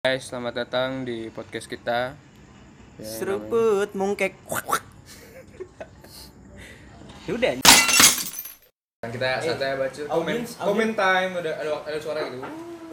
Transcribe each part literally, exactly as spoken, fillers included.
Guys, selamat datang di podcast kita. Ya, Seruput mungkek. Ya udah. kita santai baca komen audience, komen time ada ada ada suara gitu.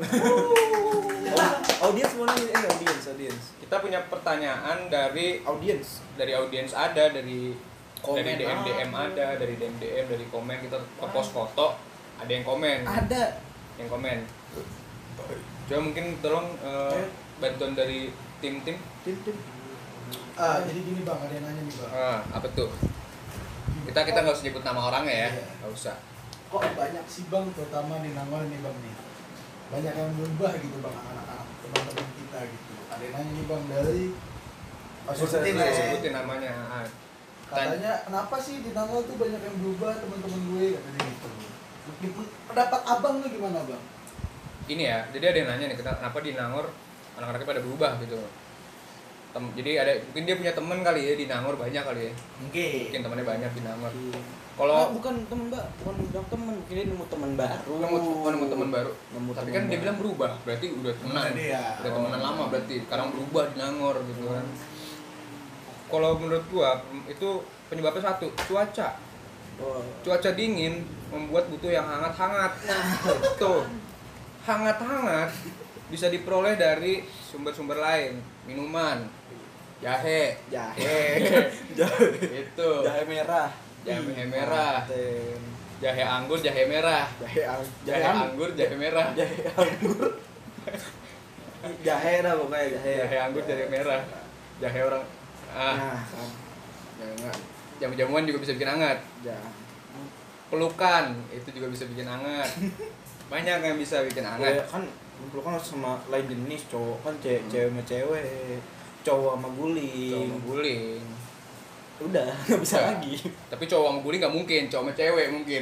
Audiens mana ini? Eh, audiens, audiens. Kita punya pertanyaan dari Audiens. dari audiens ada dari Komen, dari D M D M ah. ada dari D M D M dari komen kita ke post foto ada yang komen Ada. yang komen. Coba mungkin tolong eh, bantuan dari tim-tim. Tim-tim. Ah, jadi gini bang, ada yang nanya nih bang. Ah, apa tuh? Kita kita nggak usah nyebut nama orangnya ya, Iya. nggak usah. Kok banyak sih bang, terutama di Nangol nih bang nih. Banyak yang berubah gitu bang, anak-anak teman-teman kita gitu. Ada yang nanya nih bang dari oh, sebutin lah ya. Sebutin namanya. Ah. Katanya kenapa sih di Nangol tuh banyak yang berubah teman-teman gue katanya gitu. Pendapat abang tuh gimana bang? Ini ya, jadi ada yang nanya nih, kenapa di Nangor anak-anaknya pada berubah gitu. Tem, jadi ada mungkin dia punya teman kali ya di Nangor banyak kali ya. Mungkin. Mungkin temannya banyak di Nangor. Oh, Kalau bukan teman mbak, bukan bilang teman, mungkin dia nemu teman baru. nemu oh, nemu teman baru. Nemu Tapi teman kan dia baru. bilang berubah, berarti udah temenan. Udah dia. Udah temenan Oh. lama berarti. Sekarang berubah di Nangor gitu kan. Kalau menurut gua itu penyebabnya satu, cuaca. Oh. Cuaca dingin membuat butuh yang hangat-hangat. Tuh. Hangat-hangat bisa diperoleh dari sumber-sumber lain, minuman, jahe, Jahe. jahe, itu, Jahe merah. jahe merah, Ten. jahe anggur, jahe merah, Jahe ang- jahe anggur, jahe merah, Jahe anggur. Jahe dah pokoknya jahe. jahe anggur, jahe merah, jahe orang, ah, Nah, kan. jangan, jamu-jamuan juga bisa bikin hangat, Jahe. pelukan itu juga bisa bikin hangat, banyak yang bisa bikin Ya, hangat. kan lu kan sama lain jenis cowok kan cewek cewek sama cewek cowok sama guling Cowok sama guling, udah nggak bisa Nggak. lagi tapi cowok sama guling nggak mungkin, cowok sama cewek mungkin.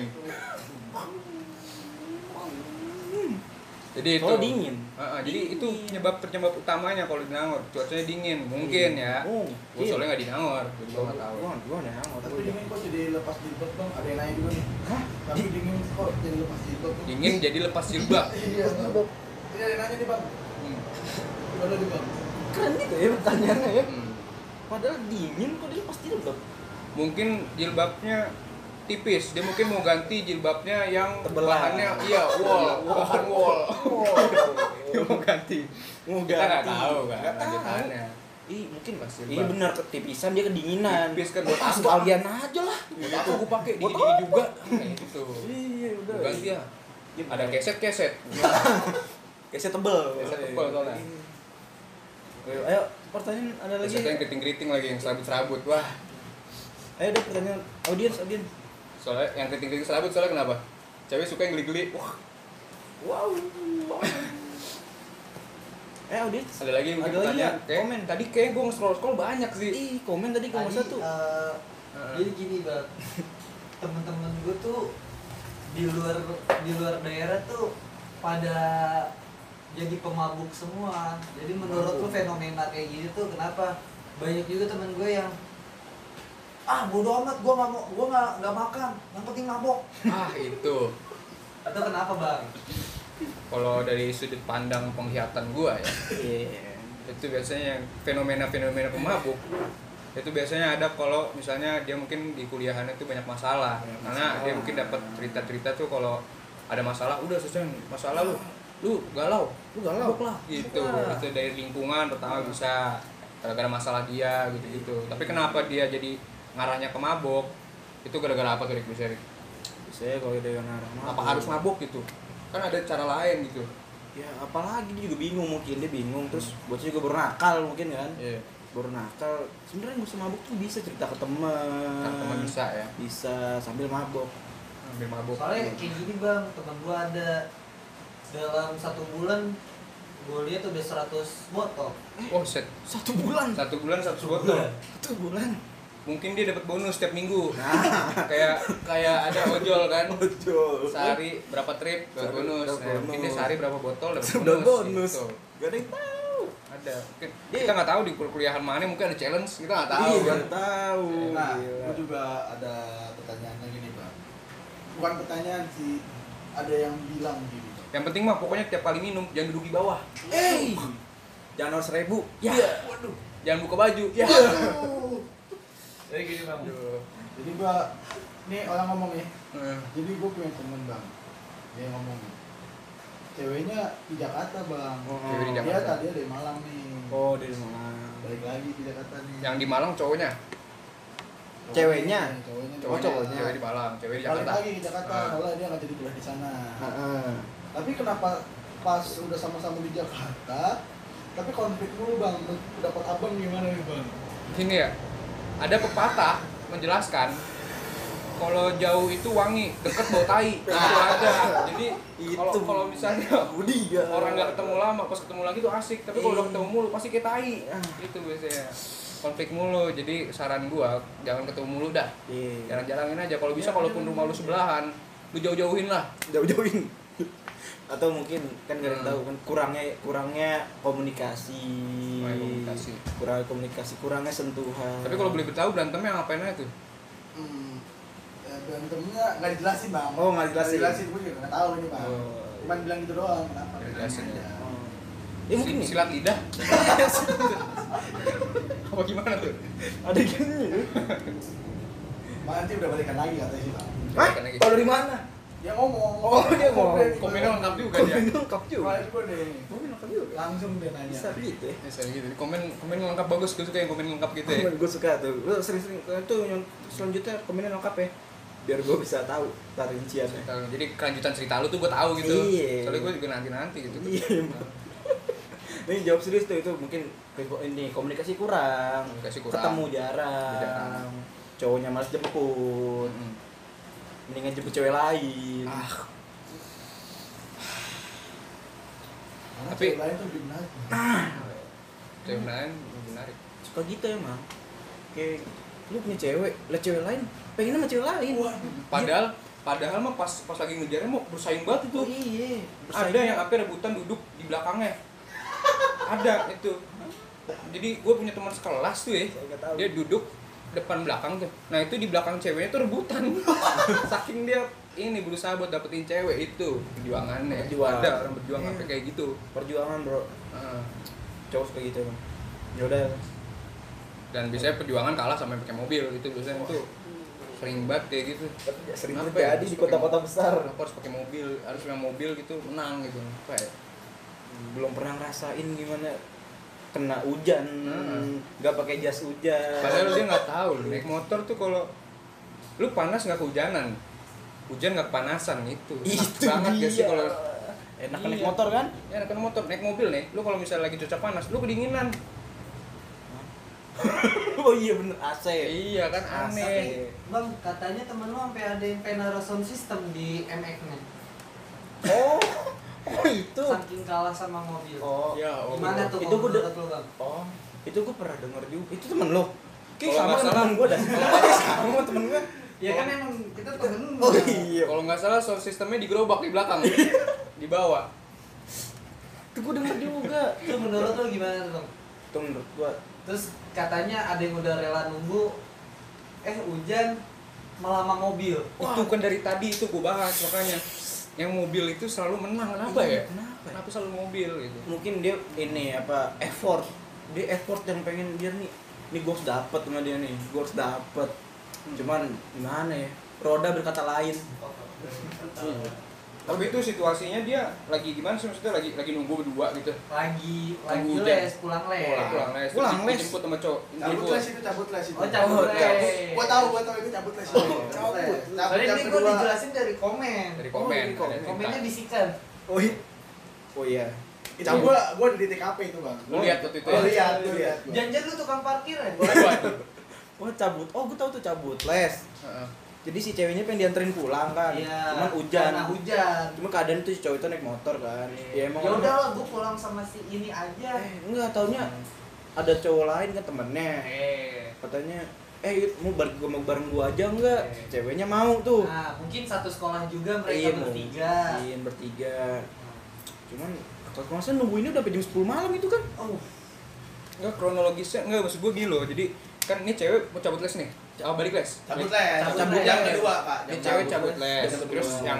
Jadi itu. kalau dingin Uh, uh, jadi itu penyebab penyebab utamanya kalau di Nangor, cuacanya dingin mungkin ya. oh Gue soalnya nggak di Nangor, jadi gue nggak tahu. gua gua nggak nangor Tapi dingin kok jadi lepas jilbab bang? Ada yang nanya juga nih. hah Tapi dingin kok jadi lepas jilbab tuh? Dingin jadi lepas jilbab. Iya bang. Ini ada yang nanya nih bang. Hmm. Gimana nih bang? keren gitu ya pertanyaannya ya Hmm. padahal dingin kok dia pasti lembab Mungkin jilbabnya tipis, dia mungkin mau ganti jilbabnya yang Tebelan. bahannya iya wol, bahan wol. Dia mau ganti. mau Kita nggak ganti. tahu kan Nggak tahu. lanjutannya. ih mungkin Pas jilbab. iya benar ketipisan dia kedinginan Tipis kan buat ah, apa? sekalian aja lah Buat apa gue pakai Buat dingin dingin apa? juga? Kayak gitu. iya udah Gua ganti ya. Iya, Ada bener. keset keset. Keset tebel Keset tebel soalnya. Ayo, ayo pertanyaan ada lagi Kesetnya yang keriting keriting lagi yang serabut serabut. Wah. ayo ada pertanyaan audiens audiens Soalnya yang keriting-keriting serabut soalnya kenapa? Cewek suka yang geli-geli. Wah, wow eh audiens ada lagi mungkin Ada lagi pertanyaan. ya? Kayak- Komen. Tadi kayak gue nge-scroll-scroll banyak sih. ih komen tadi kalau Tadi, satu eh, Heeh. jadi gini bang, temen-temen gue tuh di luar di luar daerah tuh pada jadi pemabuk semua. Jadi menurut lu fenomena kayak gini tuh kenapa banyak juga temen gue yang ah bodo amat, gue nggak mau, gue nggak nggak makan, yang penting mabok. Ah, itu. Atau kenapa bang? Kalau dari sudut pandang penglihatan gua ya, iya itu biasanya yang fenomena-fenomena pemabuk itu biasanya ada kalau misalnya dia mungkin di kuliahannya itu banyak masalah. Banyak Karena masalah. dia mungkin dapat cerita-cerita tuh kalau ada masalah udah selesai masalah lu. Lu galau, lu galau mabuk lah gitu. Suka. Itu dari lingkungan pertama bisa gara-gara masalah dia gitu-gitu. Tapi kenapa dia jadi ngarahnya ke mabok? Itu gara-gara apa tuh Rik? Bisa Rik? saya kalau dia ngarang Apa harus mabuk gitu? Kan ada cara lain gitu. ya apalagi dia juga bingung mungkin dia bingung terus bocah juga baru nakal mungkin kan Iya. baru nakal sebenarnya nggak usah mabuk tuh bisa cerita ke teman Kan teman bisa ya. bisa sambil mabok Ambil mabuk. Soalnya kayak gini bang, temen gue ada dalam satu bulan gue lihat udah seratus botol. Oh, set. satu bulan Satu bulan satu botol. satu bulan Mungkin dia dapat bonus setiap minggu. nah kayak kayak ada ojol kan. ojol Sehari berapa trip dapat Sehari bonus. dapat Nah, mungkin dia bonus. sehari berapa botol dapat bonus. udah bonus Gitu. gak ada yang tahu Ada. Mungkin Iya. kita nggak tahu di kuliahan mana mungkin ada challenge, kita nggak tahu iya kan. nggak tahu Nah, Gila. gue juga ada pertanyaan lagi nih bang. Bukan pertanyaan sih, ada yang bilang gini. Yang penting mah pokoknya tiap kali minum jangan duduk di bawah. eh Jangan nomor seribu. Ya. Waduh. Jangan buka baju. Ya. Waduh. Jadi gini bang. Aduh. Jadi gua, nih orang ngomong ya. Hmm. Jadi gua punya temen bang. Dia ngomong. Ceweknya di Jakarta bang. Oh. Cewek di Dia Jakarta. tadi dari Malang nih. Oh, dari mana? Balik lagi di Jakarta nih. Yang di Malang cowoknya. Ceweknya? Cowoknya. Oh, cowoknya. Cewek di Malang, cewek di Balik Jakarta. lagi ke Jakarta, Ah. soalnya dia nggak jadi kuliah di sana. Heeh. Tapi kenapa pas udah sama-sama di Jakarta, tapi konflik dulu bang, dapat abang gimana nih bang? Gini ya, ada pepatah menjelaskan kalau jauh itu wangi, deket bau tai. Itu ada. Jadi kalau Itu. kalau misalnya Budi ya. orang nggak ketemu lama, pas ketemu lagi tuh asik. Tapi kalau udah Iya. ketemu mulu pasti kayak tai. Ah. Itu biasanya. Konflik mulu. Jadi saran gua jangan ketemu mulu dah. Iya. Jarang-jarangin aja. Kalau bisa Ya, kalaupun jangan rumah lu mulu. sebelahan, lu jauh-jauhin lah. Jauh-jauhin. Atau mungkin kan gak ada yang Hmm. tahu kan kurangnya kurangnya komunikasi. Kurang komunikasi. Kurang komunikasi, kurangnya sentuhan. Tapi kalau boleh beritahu berantemnya ngapain aja tuh? Hmm, ya, berantemnya nggak dijelasin bang. Oh, nggak dijelasin. Nggak dijelasin, gue juga nggak tahu ini bang. Oh. Cuman bilang gitu doang, kenapa? Nggak dijelasin, Aja. ya. Oh. Ya mungkin nih. silat lidah. Apa gimana tuh? Ada gini. Bang, nanti udah balikan lagi katanya sih bang. Hah? Balikan lagi. Kalau dari mana? Dia ngomong. Oh, dia ngomong. Komennya lengkap juga dia. Komen lengkap juga. Kemarin gue deh. Komen lengkap juga. Langsung dia nanya. Bisa gitu ya. Bisa gitu. Komen komen lengkap bagus, gue suka yang komen lengkap gitu ya. Komen gue suka tuh. Lu sering-sering itu yang selanjutnya komennya lengkap ya. Biar gue bisa tahu tar rinciannya. Jadi kelanjutan cerita lu tuh gue tahu gitu. Iya. Soalnya gue juga nanti-nanti gitu. Iya. Ini jawab serius tuh itu mungkin ini komunikasi kurang, Komunikasi kurang. ketemu jarang, Jarang. cowoknya malas jemput, Mm-mm. mendingan jemput cewek lain. Ah, Karena Tapi- cewek lain tuh lebih menarik. cewek lain menarik. Suka gitu emang. Kayak lu punya cewek, lah cewek lain pengen sama cewek lain. Waduh. Padahal padahal mah pas pas lagi ngejarnya mau bersaing banget itu. Oh iya. Ada yang apa rebutan duduk di belakangnya. Ada itu. Jadi gue punya teman sekelas tuh ya. Saya nggak tahu. Dia duduk depan belakang tuh. Nah itu di belakang ceweknya tuh rebutan. Saking dia ini berusaha buat dapetin cewek itu perjuangannya. Perjuangan. Ada orang berjuang Iya. sampai kayak gitu. Perjuangan bro, Heeh. cowok suka gitu emang. Ya udah. Dan biasanya perjuangan kalah sampai pakai mobil gitu biasanya itu sering banget kayak gitu. Tapi ya sering Kenapa terjadi ya? di kota-kota besar. Kenapa harus pakai mobil? Harus punya mobil gitu menang gitu. Apa ya? Belum pernah ngerasain gimana kena hujan, Hmm. nggak pakai jas hujan. Padahal dia nggak tahu loh, naik motor tuh kalau lu panas nggak kehujanan, hujan nggak kepanasan itu. Enak Itu banget dia. gak sih kalau enak Iya. naik motor kan? ya naik motor, naik mobil nih, lu kalau misalnya lagi cuaca panas, lu kedinginan. Oh iya bener A C. Iya kan Asik. aneh. Tapi bang, katanya temen lu sampai ada yang pengen naruh sound system di M X-nya. Oh, oh itu. Saking kalah sama mobil. Oh, Ya, oh. Gimana tuh Itu itu gua menurut de- lu bang? oh, itu gue pernah denger juga. Itu temen lo? Kayak Kalau sama nggak kan salah- temen gue dah. Kayak sama temen gue. Ya kan emang kita temen. Oh Bang. iya. Kalau nggak salah sound sistemnya di gerobak di belakang, di bawah. Itu gue denger juga. Itu menurut lu gimana tuh bang? Itu menurut gue. Terus katanya ada yang udah rela nunggu, eh hujan malah sama mobil. Itu kan dari tadi itu gua bahas makanya. Yang mobil itu selalu menang, kenapa Iya, ya? kenapa ya? Kenapa selalu mobil gitu? Mungkin dia ini apa effort. Dia effort yang pengen dia nih. Nih gue harus dapet sama dia nih. Gue harus dapet. Cuman gimana ya? Roda berkata lain. Tapi itu situasinya dia lagi gimana sih maksudnya lagi lagi nunggu berdua gitu. Lagi lagi Nunggu les, hujan. pulang les. Pulang, pulang les. Pulang Terus les. dijemput sama cowok. Cabut Jemput. les itu, cabut les itu. Oh, cabut Oh, les. cabut. Gua tahu, gua tahu itu cabut les. Oh, Cabut cabut. les. Cabut Soalnya jam ini gue kedua. dijelasin dari komen. Dari Oh, komen. dari komen. ada Komennya cerita. bisikan. Oh iya. Oh iya. Itu gua gua di T K P itu, Bang. Lu lihat waktu itu Oh, ya? lihat, lu lihat. gua. Jangan lu tukang parkir ya. Waduh. Oh cabut. Oh gue tahu tuh cabut les. Heeh. Jadi si ceweknya pengen dianterin pulang kan. Iya. Cuman hujan. Karena hujan. Cuma keadaan tuh si cowok itu naik motor kan. Ya emang. Ya udah lah, gue pulang sama si ini aja. Eh enggak taunya ada cowok lain kan temennya. Eh. Katanya eh mau bareng gua mau bareng gua aja enggak? Eh. Ceweknya mau tuh. Nah, mungkin satu sekolah juga Iya, mereka bertiga. mungkin bertiga. Cuman kalau masa nungguinnya udah sampai jam sepuluh malam itu kan? Oh, Enggak kronologisnya enggak maksud gua gini loh. Jadi kan ini cewek mau cabut les nih. Oh, balik les. Cabut les. Cabut Cabut les. jam kedua, Pak. Ini Jam cewek cabut. cabut les. Jam Terus kedua. yang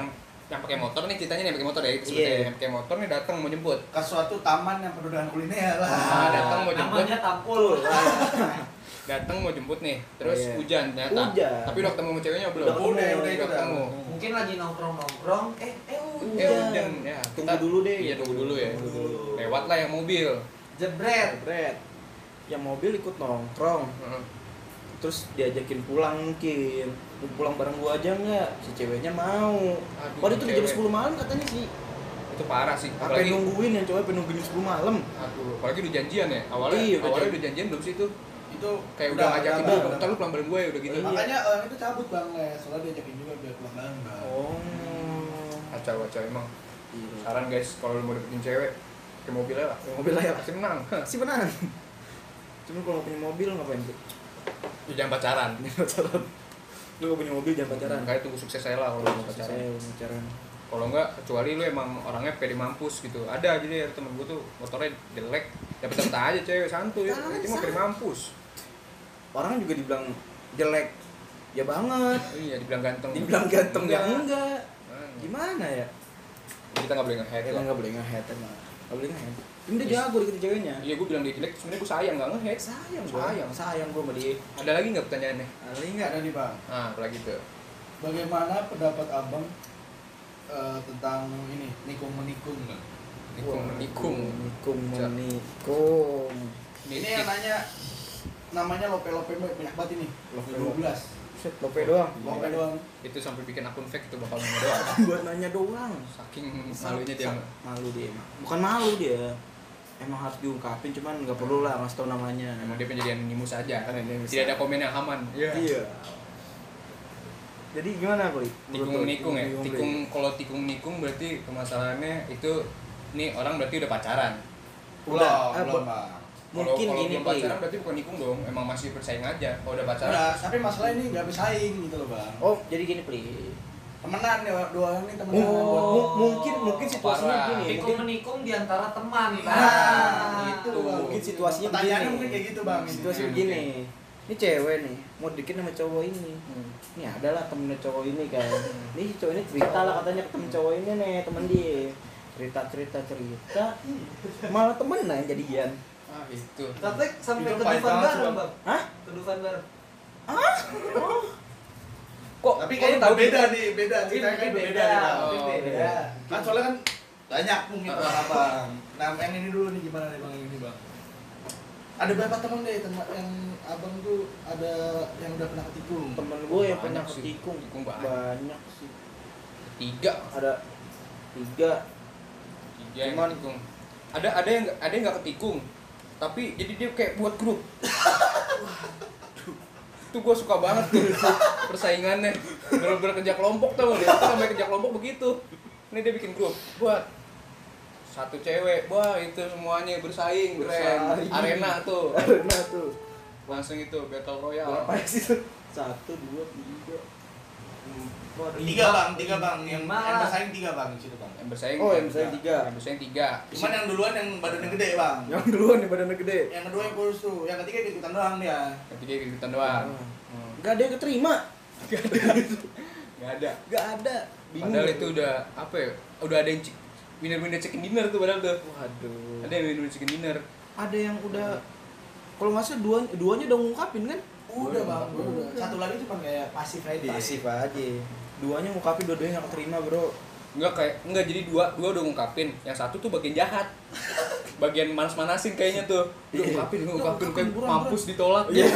yang pakai motor nih ceritanya nih yang pakai motor ya itu Iya. sebutnya yang pakai motor nih datang mau jemput. Ke suatu taman yang penuh dengan kuliner lah. Ah, datang mau jemput. Namanya tampul. Datang mau jemput nih, terus Oh, iya. hujan ternyata. Hujan. Tapi udah ketemu sama ceweknya belum? Udah ketemu, udah, udah itu ketemu. Mungkin lagi nongkrong-nongkrong, eh eh hujan. Eh hujan ya. Tunggu dulu deh. Iya tunggu dulu ya. Tunggu dulu. Lewat lah yang mobil. Jebret. Jebret. Yang mobil ikut nongkrong. Heeh. Terus diajakin pulang mungkin. Mau pulang bareng gua aja nggak? Si ceweknya mau. Aduh, Padahal itu udah jam cewek. sepuluh malam katanya sih. Itu parah sih. Apa Apalagi nungguin yang cowok pengen nungguin sepuluh malam. aduh, apalagi udah janjian ya. Awalnya Iya, udah awalnya janji. udah janjian belum sih itu? Itu Kayak udah ngajakin udah, tuh, udah. entar lu pulang bareng gue ya udah gitu. Iya. Makanya orang itu cabut bang, Les. Soalnya diajakin juga biar pulang bareng bang. Oh. Kacau kacau emang. Iya. Saran guys, kalau lu mau deketin cewek ke mobilnya lah. Mobil aja lah. Pasti menang. Sih benar. Cuman kalau punya mobil ngapain tuh? Ya, jangan pacaran. Jangan pacaran. Lu gak punya mobil jangan pacaran. Kayak tunggu sukses saya lah kalau lu mau pacaran. Saya pacaran. Kalau enggak, kecuali lu emang orangnya pede mampus gitu. Ada jadi ya temen gue tuh motornya jelek, dapet dapet aja cewek santuy. Jangan, Itu mah pede mampus. Orang juga dibilang jelek. Ya banget. Iya, dibilang ganteng. Dibilang ganteng ya Enggak. enggak. Nah, Gimana ya? kita nggak boleh nge-head Kita lah. nggak boleh nge-head emang. Nggak boleh nge-head. Ini dia Yes. jago deketin ceweknya. Iya, gue bilang dia jelek, sebenarnya gue sayang nggak nge-head. Sayang gua. Sayang. Sayang gua sama dia. Ada lagi nggak pertanyaannya? Ada Nggak enggak? ada nih bang. Nah, apalagi tuh. Bagaimana pendapat abang eh, tentang ini nikung menikung bang? Nikung menikung. Nikung Cak. menikung. Ini yang nanya namanya lope lope banyak banget ini. Lope dua belas. Set lope doang. Lope doang. Itu sampai bikin akun fake itu bakal nanya doang. Buat nanya doang. Saking malunya dia. Sa- malu dia emang. Bukan malu dia. Emang harus diungkapin cuman nggak perlu lah ngasih tau namanya. Emang dia penjadi anonimus aja. Kan ini Tidak ada komen yang aman. Iya. Jadi gimana, Bli? Tikung menikung ya. Tikung Tikung kalau tikung menikung berarti permasalahannya itu nih orang berarti udah pacaran. Udah, Belum, eh, belum bu- bang. Kalau Mungkin kalau gini, belum Bli. pacaran berarti bukan nikung dong. Emang masih bersaing aja. Kalau udah pacaran. Udah, tapi masalah ini nggak bersaing gitu loh bang. Oh, jadi gini, Bli. Temenan ya, dua orang ini temenan. Oh, mu- mungkin mungkin situasinya parah. gini. Tikung Mungkin menikung di antara teman. Nah, itu. mungkin situasinya Pertanyaannya begini. mungkin kayak gitu bang. Situasi Mungkin. begini. Ini cewek nih, mau dikit sama cowok ini. Hmm. Ini adalah temennya cowok ini kan. Ini cowok ini cerita lah katanya ke temen cowok ini nih, temen dia. Cerita cerita cerita. Malah temen nah yang jadian. Ah, itu. Katanya sampai Itu ke pahit Dufan banget sih, bareng, Bang. Bang. Hah? Ke Dufan bareng. Kok Tapi kok kayaknya lu tahu beda nih, beda ceritanya kan Mungkin beda nih bang. Oh, mungkin beda. Kan soalnya kan banyak mungkin bang abang. Nah yang ini dulu nih gimana nih bang yang ini bang? Ada berapa teman deh teman yang abang tuh ada yang udah pernah ketikung? Temen gue yang Banyak pernah sih. ketikung. Tikung banyak. Banyak sih. Tiga. Ada tiga. Tiga yang Cuman- ketikung. Ada ada yang ada yang nggak ketikung. Tapi jadi dia kayak buat grup. Itu gue suka banget tuh persaingannya. Bener-bener kerja kelompok tau dia. Itu namanya kerja kelompok begitu. Ini dia bikin grup buat satu cewek, wah itu semuanya bersaing, keren. Bersaing. Arena tuh, Karena tuh. langsung itu battle royale. Berapa sih tuh? Satu, dua, tiga, empat. Tiga bang, tiga bang. Yang, Lima. yang bersaing tiga bang di situ bang. Yang bersaing, Oh, yang bersaing tiga. Yang bersaing tiga. Cuman yang duluan yang badannya gede bang. Yang duluan nih badannya gede. Yang kedua yang kurus tuh. Yang ketiga ikutan doang dia. Yang tiga ikutan doang. Hmm. Gak ada yang keterima. Gak ada. Gak ada. Gak ada. Bingung. Padahal itu udah apa ya? Udah ada yang cik, winner-winner chicken dinner tuh padahal tuh. Waduh. Ada yang winner chicken dinner. Ada yang udah kalau nggak salah dua, duanya udah ngungkapin kan? Udah bang, udah. Satu lagi cuma kayak pasif aja. Pasif aja. Duanya ngungkapin, dua-duanya nggak terima bro. Enggak kayak enggak jadi dua, dua udah ngungkapin. Yang satu tuh bagian jahat. Bagian manas-manasin kayaknya tuh. Udah Iya. ngungkapin, udah Udah ngungkapin kayak ngungkapin, buruan, mampus ditolak. Iya.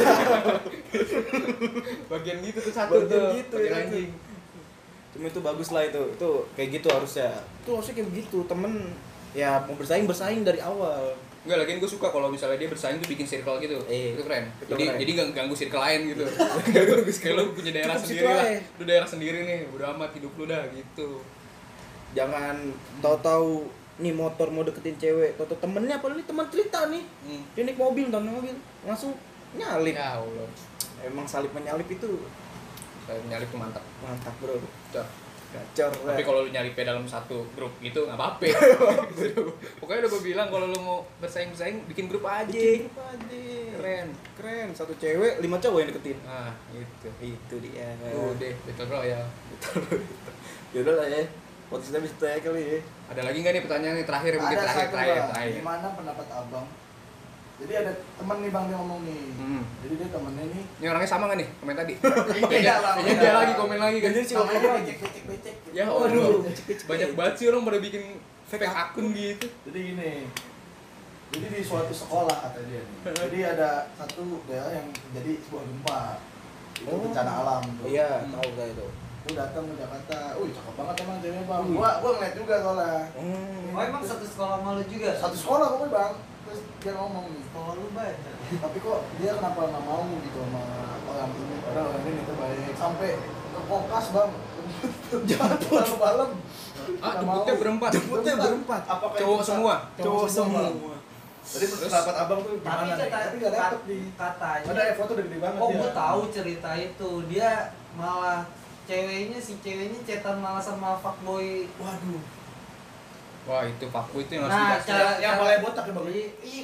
Bagian gitu tuh satu Bagian tuh. gitu bagian ya, anjing. Cuma itu bagus lah itu. Itu kayak gitu harusnya. Itu harusnya kayak begitu. Temen ya mau bersaing bersaing dari awal. Enggak, lagian gue suka kalau misalnya dia bersaing tuh bikin circle gitu. Iya. Itu keren. Itu jadi keren. jadi enggak ganggu circle lain gitu. Kayak lu punya daerah Cukup sendiri situ lah. aja. Lu daerah sendiri nih, udah amat hidup lu dah gitu. Jangan tahu-tahu nih motor mau deketin cewek, tahu temennya apa nih teman cerita nih. Hmm. Dia naik mobil, nonton mobil, langsung nyalip. Ya Allah. Emang salip menyalip itu Saya nyalip tuh mantap. mantap bro. Cor. Gacor. Tapi kalau lu nyalipnya dalam satu grup gitu nggak apa-apa. Pokoknya udah gue bilang kalau lu mau bersaing-bersaing bikin grup aja. Bikin grup aja. Keren. Keren, satu cewek, lima cowok yang deketin. Nah, gitu. Itu dia. Udah, battle royale. Yaudah lah ya. Podcastnya bisa tanya kali ya. Ada lagi nggak nih pertanyaan nih terakhir mungkin Ada terakhir satu terakhir bang, terakhir. gimana pendapat abang? Jadi ada temen nih bang dia ngomong nih. Hmm. Jadi dia temennya nih. Ini orangnya sama nggak nih komen tadi? Beda, Kayaknya Bang, kayaknya beda. dia lagi komen lagi kan. Ganti sih Namanya ngomong becek becek becek. Ya Waduh. waduh, banyak banget sih orang pada bikin fake akun gitu. Jadi gini. Jadi di suatu sekolah kata dia nih. Jadi ada satu daerah yang terjadi sebuah gempa. Itu Oh. bencana alam tuh. Iya, tahu saya itu. Gue datang ke Jakarta. Wih, cakep banget emang ceweknya bang. Gua gua ngeliat juga soalnya. Hmm. Oh emang satu sekolah malu juga? Satu sekolah pokoknya bang. Terus dia ngomong nih. Sekolah lu banyak. Tapi kok dia kenapa nggak mau gitu sama orang ini? Orang orang ini terbaik. Sampai ke Kokas bang. Jatuh malam-malam. Ah, Nggak mau. jemputnya berempat. Jemputnya berempat. Apakah Cowok itu semua. Cowok semua. Jadi pendapat abang tuh Tapi gimana nih? kata, Tapi nggak dapet kat- nih. katanya. Ada foto udah gede banget Oh dia. gue tahu cerita itu. Dia malah ceweknya si ceweknya cetan malah sama fuckboy. Waduh. Wah itu fuckboy itu yang harus Nah, dikasih. cara Yang- yang palanya botak ya, Bang? Ih, ih,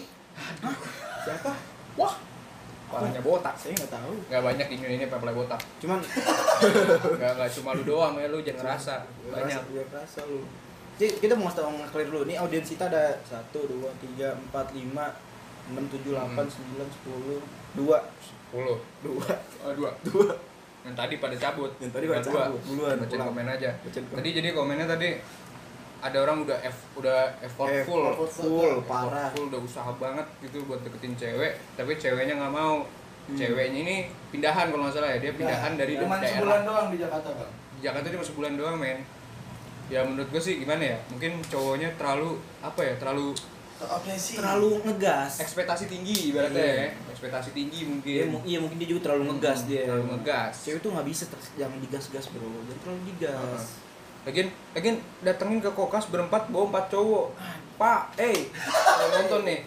Siapa? Wah. Palanya botak. Saya nggak tahu. Nggak banyak di Indonesia yang palanya botak. Cuman Nggak nggak cuma lu doang ya lu jangan ngerasa. Banyak. Dia kerasa lu. Jadi kita mau ngasih tau nge-clear dulu. Ini audiens kita ada satu, dua, tiga, empat, lima, enam, tujuh, delapan, Hmm. sembilan, sepuluh, dua, sepuluh. dua, Oh, dua. dua. Yang tadi pada cabut. Yang tadi pada Dua. cabut. Duluan, Bacain pulang. komen aja. Bacain komen. Tadi jadi komennya tadi ada orang udah F, udah effortful, Effort full, parah. Effortful, udah usaha banget gitu buat deketin cewek, tapi ceweknya nggak mau. Hmm. Ceweknya ini pindahan kalau nggak salah ya, dia pindahan dari Cuma daerah. sebulan doang di Jakarta bang. Di Jakarta cuma sebulan doang men. Ya menurut gue sih gimana ya? Mungkin cowoknya terlalu apa ya? Terlalu Oke sih. Terlalu ngegas. ekspektasi tinggi ibaratnya Iya. ya. Ekspektasi tinggi Iya, mungkin. mu- iya mungkin dia juga terlalu ngegas Hmm, dia. terlalu ngegas. Cewek tuh nggak bisa terus jangan digas-gas bro, jangan terlalu digas. Lagian, lagian datengin ke Kokas berempat bawa empat cowok. Pak, eh, kalau nonton nih.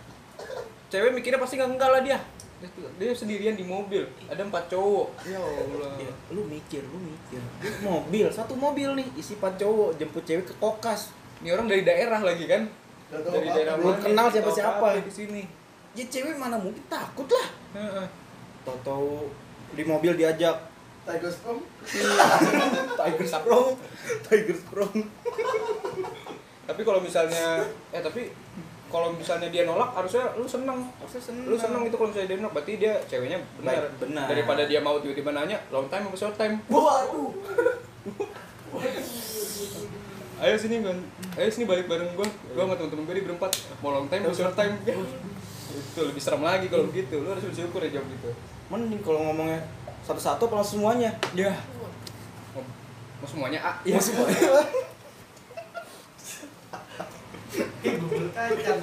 Cewek mikirnya pasti nggak enggak lah dia. Dia, dia sendirian di mobil, ada empat cowok. Ya Allah. Ya, lu mikir, lu mikir. Lu mobil, satu mobil nih isi empat cowok jemput cewek ke Kokas. Ini orang dari daerah lagi kan? Nggak tahu Dari apa-apa. daerah Belum mana, kenal nggak tahu siapa-siapa. apa-apa di sini. Ya cewek mana mungkin takut lah. Heeh. Tahu-tahu di mobil diajak Tiger Sprung. Tiger Sprong, Tiger Sprong. Tapi kalau misalnya eh tapi kalau misalnya dia nolak harusnya lu seneng. Harusnya seneng. Lu seneng itu kalau misalnya dia nolak berarti dia ceweknya benar. Baik, benar. Daripada dia mau tiba-tiba nanya long time apa short time. Waduh. Ayo sini Bang. Ayo sini balik bareng gua. Gua sama temen-temen gua di berempat. Mau long time, mau short time. Itu lebih serem lagi kalau begitu. Lu harus bersyukur ya jawab gitu. Mending kalau ngomongnya satu-satu apa langsung semuanya. Ya. Mau, mau semuanya A. Ya. Mau semuanya. ih, bubur kacang.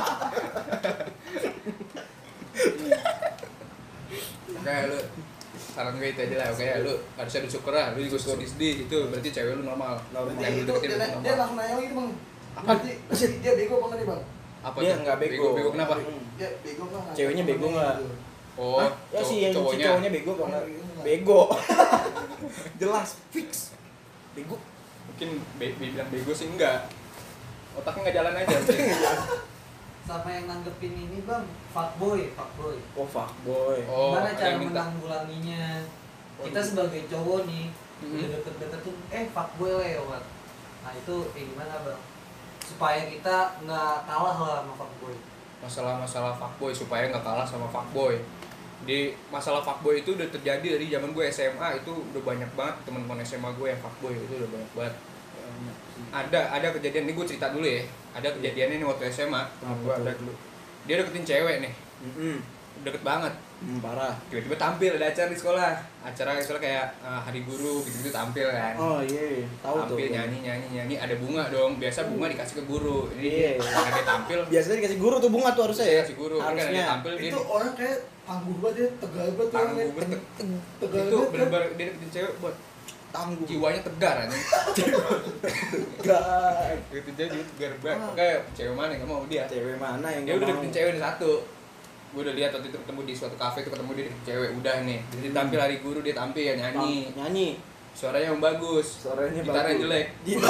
Kayak lu saran gue itu aja lah, kayak lu harusnya bersyukur lah, lu juga sedih-sedih itu berarti cewek lu normal. Normal. Yang lu Itu deketin dia, lu dia normal. langsung nanya gitu bang. Apa? Berarti berarti dia bego apa nggak nih bang? Apa Dia tuh? nggak bego. Bego, bego kenapa? Hmm. Dia bego nggak? Ceweknya bego nggak? Oh, Hah? Ya cow- sih yang si cowoknya. cowoknya bego apa enggak? Bego. Bego. Jelas fix. Bego. Mungkin be- be- bilang bego sih enggak. Otaknya nggak jalan aja. Sama yang nanggepin ini bang, fuckboy, fuckboy. Oh fuckboy. Oh, Gimana ada cara yang minta. menanggulanginya? Kita sebagai cowok nih, Mhm. udah deket-deket tuh, eh fuckboy lewat. Nah itu kayak gimana bang? Supaya kita nggak kalah lah sama fuckboy. Masalah-masalah fuckboy supaya nggak kalah sama fuckboy. Di masalah fuckboy itu udah terjadi dari zaman gue S M A, itu udah banyak banget teman-teman S M A gue yang fuckboy, itu udah banyak banget. Ada ada kejadian ini gue cerita dulu ya. Ada kejadiannya nih waktu S M A, temen gue ada dulu. Dia deketin cewek nih, Mm-mm. deket banget. Hmm, parah. Tiba-tiba tampil ada acara di sekolah. Acara misalnya kayak uh, hari guru gitu-gitu tampil kan. Oh iya, tahu tuh. Tampil nyanyi nyanyi nyanyi ada bunga dong. Biasa bunga dikasih ke guru. Ini Iya. karena dia tampil Biasanya dikasih guru tuh bunga tuh harusnya ya. kasih guru. Ini karena dia Harusnya. tampil dia Itu orang kayak tangguh banget dia, tegal banget tuh tangguh orangnya. banget. Tegal Itu banget kan. benar-benar dia deketin cewek buat Tangguh. jiwanya tegar aja. Gak. Deketin cewek jiwa tegar banget. Kayak cewek mana yang nggak mau dia. Cewek mana yang Dia gak udah mau? deketin cewek nih satu. Gue udah lihat waktu itu ketemu di suatu kafe itu ketemu dia deketin cewek udah nih. Jadi tampil hari guru dia tampil ya nyanyi. Nyanyi. Suaranya yang bagus. Suaranya Gitarnya bagus. jelek.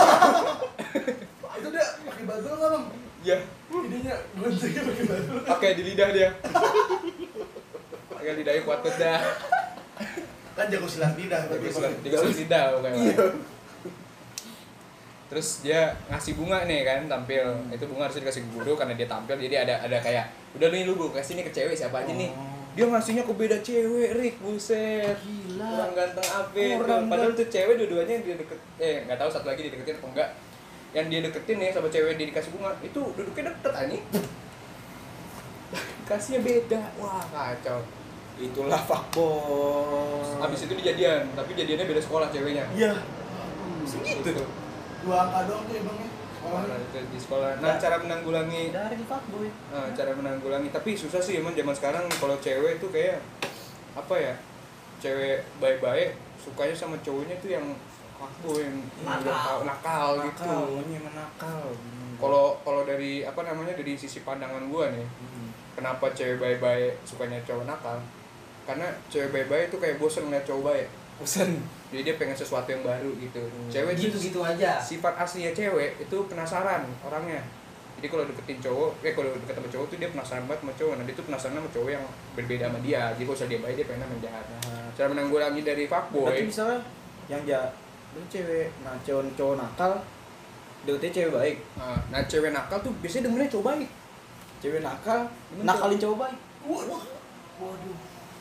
Itu dia pakai badul nggak bang? Ya, Ininya goncengnya pakai badul. pakai di lidah dia. Pakai lidahnya kuat banget dah. Kan jago silat lidah berarti. Jago silat Bang. jago silat lidah pokoknya. Iya. Terus dia ngasih bunga nih kan, tampil. Hmm. Itu bunga harusnya dikasih ke guru karena dia tampil. Jadi ada ada kayak, udah nih lu gue kasih nih ke cewek siapa aja nih. Oh. Dia ngasihnya ke beda cewek, Rick, buset. Gila. Orang ganteng apa itu. Orang Padahal ganteng. tuh cewek dua-duanya yang dia deket, eh nggak tahu satu lagi dia deketin atau enggak. Yang dia deketin nih sama cewek yang dia dikasih bunga, itu duduknya deket anjing. Kasihnya beda, wah kacau. Itulah fuckboy. Habis itu dijadian, tapi jadiannya beda sekolah ceweknya. Iya. Segitu tuh. Dua angka doang tuh emangnya. Orang itu di sekolah. Nah, cara menanggulangi Dari fuckboy. Nah, cara menanggulangi, tapi susah sih emang zaman sekarang kalau cewek tuh kayak apa ya? Cewek baik-baik sukanya sama cowoknya tuh yang fuckboy, yang Nakal. udah tahu nakal gitu. Nakal, maunya menakal. Kalau kalau dari apa namanya dari sisi pandangan gua nih, Hmm. kenapa cewek baik-baik sukanya cowok nakal? Karena cewek baik-baik tuh kayak bosen ngeliat cowok baik. Bosan. Jadi dia pengen sesuatu yang baru gitu. Cewek tuh Gitu-gitu aja. sifat aslinya cewek itu penasaran orangnya. Jadi kalau deketin cowok, eh kalau deket sama cowok tuh dia penasaran banget sama cowok. Nah dia tuh penasaran sama cowok yang berbeda sama dia. Jadi kalau misalnya dia baik dia pengen sama yang jahat. Nah, Cara menanggulangi dari berarti fuckboy, misalnya yang jahat itu cewek, nah cowok cowok nakal, deketnya cewek baik. nah, nah cewek nakal tuh biasanya demennya cowok baik. Cewek nakal, Demen nakalin cowok baik. Waduh. Waduh.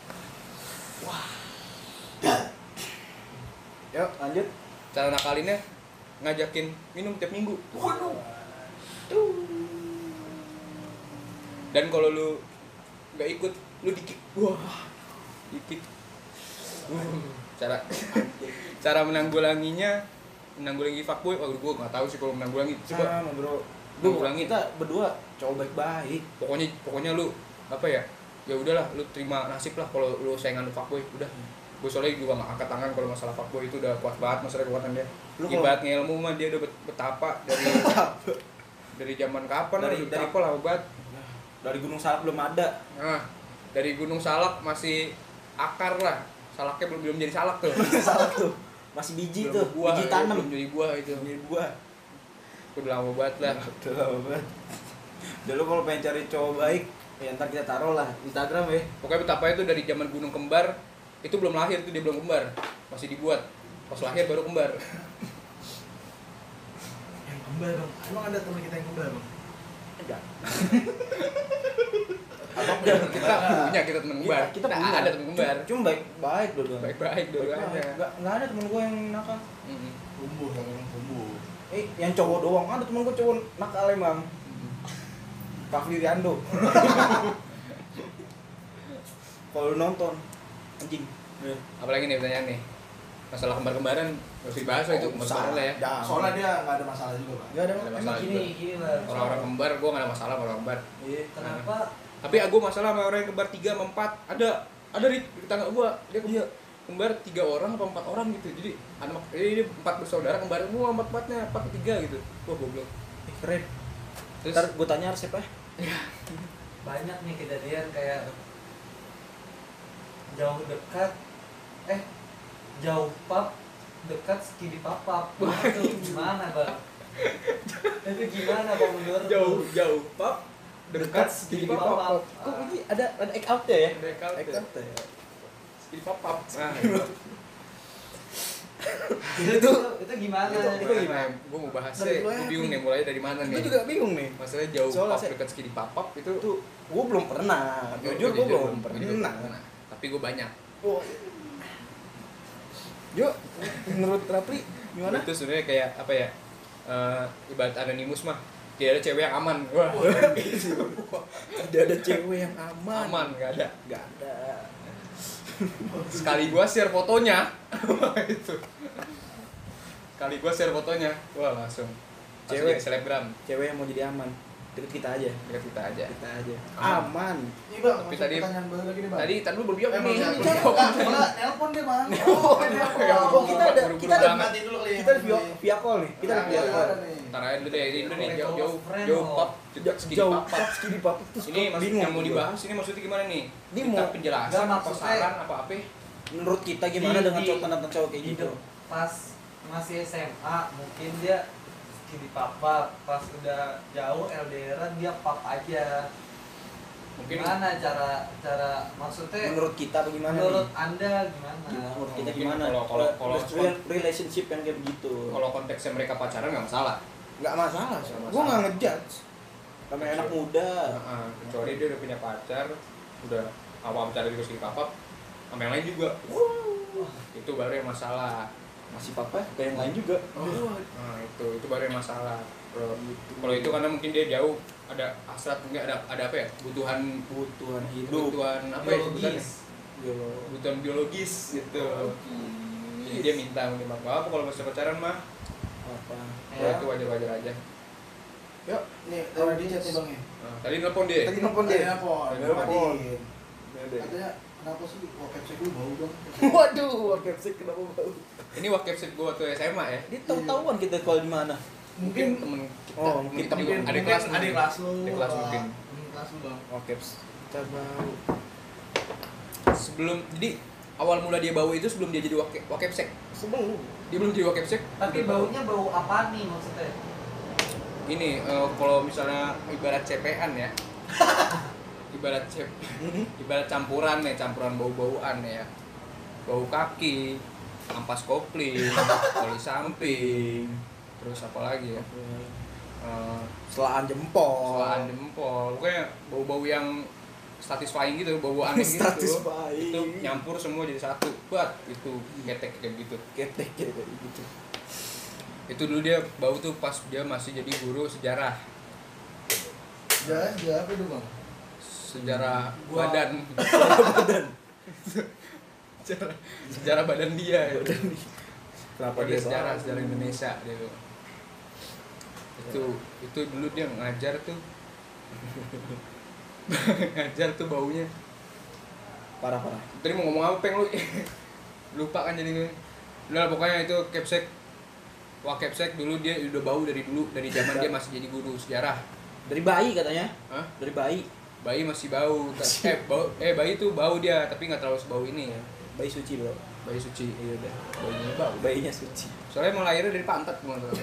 Yuk, lanjut. Cara nakalinnya ngajakin minum tiap minggu. Waduh. Dan kalau lu nggak ikut, lu dikit. Wah, dikit. Uh, cara cara menanggulanginya, menanggulangi fuckboy, oh gue nggak tahu sih kalau menanggulangi. Coba Sama bro. Lu Menanggulangi. kita berdua cowok baik-baik. pokoknya pokoknya lu apa ya? Ya udahlah, lu terima nasib lah kalau lu saingan fuckboy, udah. Gue soalnya juga gak angkat tangan kalau masalah fuckboy itu udah kuat banget masalah kekuatan dia. Lu Ibarat ngelmu mah dia udah bet- betapa dari dari zaman kapan Dari- dari dari- betapa lah obat. Dari Gunung Salak belum ada. Nah, dari Gunung Salak masih akar lah. Salaknya belum belum jadi salak tuh. Salak tuh. Masih biji Belum tuh, buah, biji ya, tanam. belum jadi buah itu. Biji buah. Udah lama banget lah. Udah lama banget. Dulu kalau pengen cari cowok baik, ya ntar kita taruh lah Instagram ya. Pokoknya betapa itu dari zaman Gunung Kembar, itu belum lahir tuh dia belum kembar. Masih dibuat. Pas lahir baru kembar. Yang kembar bang. Emang ada teman kita yang kembar bang? Enggak. Atau kita punya kita teman kembar. Iya, kita Nah, punya. ada teman kembar. Cuma baik-baik dulu. Baik-baik dua-duanya. Enggak enggak ada temen gue yang nakal. Mm-mm. Tumbuh kan orang tumbuh. Eh, yang cowok doang ada temen gue cowok nakal emang. Pak Firiando. Kalau lu nonton anjing. Apalagi nih pertanyaan nih. Masalah kembar-kembaran harus dibahas lah itu kembar-kembaran lah ya. Jangan. Soalnya dia nggak ada masalah juga bang. Enggak ada Nggak ada emang masalah gini. juga. Gini, gini bang. Orang-orang kembar gue gak ada masalah sama orang kembar. Iya. Kenapa? Tapi aku masalah sama orang yang kembar tiga sama empat. Ada ada di di tetangga gua dia kembar, kembar tiga orang atau empat orang gitu. Jadi anak ini dia empat bersaudara kembar semua empat empatnya empat tiga gitu. Wah goblok. Eh, keren. Terus Ntar gue tanya resep ya. Banyak nih kejadian kayak jauh dekat, eh jauh pap dekat skidi papap. Itu gimana bang? Itu gimana bang menurut lu? jauh jauh pap Dekat dekat segini segini papap. papap. Kok ini ada ada egg out ya? Egg out Egg ya. out ya. Segini papap. Nah, itu itu gimana? Itu- itu gimana? Gue mau bahas Dari sih. lu Gue aja, bingung nih. nih mulai dari mana nih. Gue juga bingung nih. Masalahnya jauh Soalnya pap saya- dekat segini papap itu Tuh, gue belum pernah. Jujur gue belum pernah. Tapi gue banyak. Oh. Yuk, menurut Rapli gimana? Itu sebenarnya kayak apa ya? Eh, ibarat anonimus mah. Tidak ada cewek yang aman. Wah. Tidak ada cewek yang aman. Aman nggak ada. Gak ada. Sekali gua share fotonya, itu. Kali gua share fotonya, wah langsung. Cewek. Cewek selebgram, Cewek yang mau jadi aman. Deket kita aja. dekat kita aja. Kita aja. Aman. Aman. Iya bang. Tapi Tapi tadi- pertanyaan baru lagi nih bang. Tadi tadi lu belum jawab Eh, nih. bang, Belum jangan. jawab. Enggak, malah nelpon dia bang. Oh, Ya, Oh, kita ada buru-buru kita ada banget. Mati dulu kali ya. kita ada via, via call nih. Kita ada Nah, via iya, call. ada nih. Ntar aja dulu deh, ini dulu nih jauh jauh Friend jauh loh. pap, jejak segini Jauh pap. pap segini pap terus Ini maksud bingung yang mau gua. dibahas ini maksudnya gimana nih? Ini Kita mau- penjelasan Nggak, apa maksudnya- saran apa apa? Menurut kita gimana Di- dengan di- cowok tentang cowok kayak gitu? Hidup pas masih S M A mungkin dia skidi papa, pas udah jauh L D R-an dia pap aja. Mungkin Gimana cara cara maksudnya Menurut kita bagaimana menurut nih? Anda gimana? Gimana? Menurut kita Mungkin gimana? kalau- kalau- kalau- Rel- relationship yang kayak begitu. kalau konteksnya mereka pacaran nggak masalah. Nggak masalah, Nggak gue masalah. nggak ngejudge. Kami anak muda. Heeh, kecuali dia udah punya pacar, udah apa pacar juga sedikit papap, sama yang lain juga. Itu baru yang masalah. Masih papa kayak yang lain juga. Nah, itu itu baru yang masalah. Kalau kalau itu karena mungkin dia jauh, ada hasrat, mungkin ada ada apa ya? Kebutuhan Kebutuhan hidup. kebutuhan apa ya sebutannya? Biologis. Biolo- Kebutuhan biologis gitu. Jadi dia minta mungkin apa apa kalau masih pacaran mah, apa? ya itu wajar-wajar aja. Yuk, nih dari di chat nih bang ya. Nah, tadi nelpon dia. Tadi nelpon Tadi dia. nelpon, Tadi nelpon. Adin. Katanya kenapa sih wallpaper gue bau bang? Waduh, capsik kenapa bau? Ini waktu gua waktu S M A ya. Dia tahu-tahuan kita kalau di mana. Mungkin temen kita, Oh, temen mungkin kita juga Mungkin ada kelas ada mungkin. kelas lu. Ada kelas apa? mungkin. Hmm, kelas lu bang. Oh, caps. Kita bau. Sebelum jadi awal mula dia bau itu sebelum dia jadi wake, wakepsek. Sebelum. Dia belum jadi wakepsek. Tapi udah bau. baunya bau apa nih maksudnya? Gini, eh, kalau misalnya ibarat C P-an ya. ibarat cep, ibarat campuran nih, campuran bau-bauan ya. Bau kaki, ampas kopling, oli samping, terus apa lagi ya? Eh, Selaan jempol. Selaan jempol, pokoknya bau-bau yang satisfying gitu, bau aneh gitu. Satisfying. Itu nyampur semua jadi satu, buat itu ketek kayak gitu. Ketek ya kayak gitu. Itu dulu dia bau tuh pas dia masih jadi guru sejarah, Jangan, jangan apa itu bang? sejarah Gua- badan, Badan. sejarah, sejarah badan dia. Badan nih. Kenapa dia dia sejarah bau? sejarah Indonesia dia tuh. Itu itu dulu dia ngajar tuh, ngajar tuh baunya. Parah parah. Tadi mau ngomong apa peng lu? Lupa kan jadi. Udah pokoknya itu capsek. Wah capsek dulu dia udah bau dari dulu, dari zaman dia masih jadi guru sejarah. Dari bayi katanya. Hah? Dari bayi. Bayi masih bau. Eh bau eh bayi tuh bau dia, tapi nggak terlalu sebau ini ya. Bayi suci, Bro. Bayi suci. Iya udah. Bayinya bau. Bayinya suci. Soalnya emang lahirnya dari pantat gimana tuh.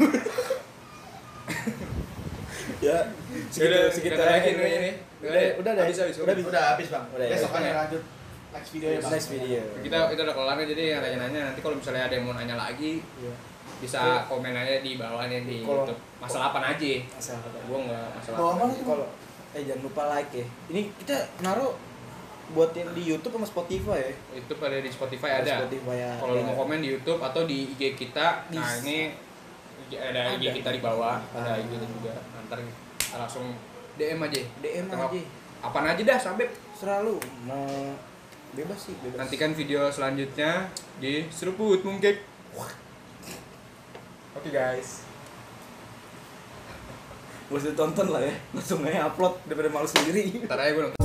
Ya, Udah, segitu udah lagi aja nih ini. Udah, udah dah. Habis, habis, Udah habis. Udah habis bang. Udah ya. Besok aja Ya. lanjut next video ya bang. Next video. Kita kita udah kelar jadi yang nanya-nanya nanti kalau misalnya ada yang mau nanya lagi Iya. bisa komen aja di bawahnya di Kalau- YouTube. Masalah apa aja? Asal kata. Gua enggak masalah. Bawa apa mana aja. tuh? Kalau eh jangan lupa like ya. Ini kita naruh buat yang di YouTube sama Spotify ya. Itu pada di Spotify ada. Spotify ya. Kalau lu mau komen di YouTube atau di I G kita, nah Bisa. ini ada I G Ada. kita di bawah, ada Ah. I G juga. Ntar kita langsung D M aja. D M Atau aja. Apaan aja dah sampai Selalu mau bebas sih, bebas. nantikan video selanjutnya di Seruput Mungkek. Oke guys. Gak usah ditonton lah ya. Langsung aja upload daripada malu sendiri. Ntar aja gue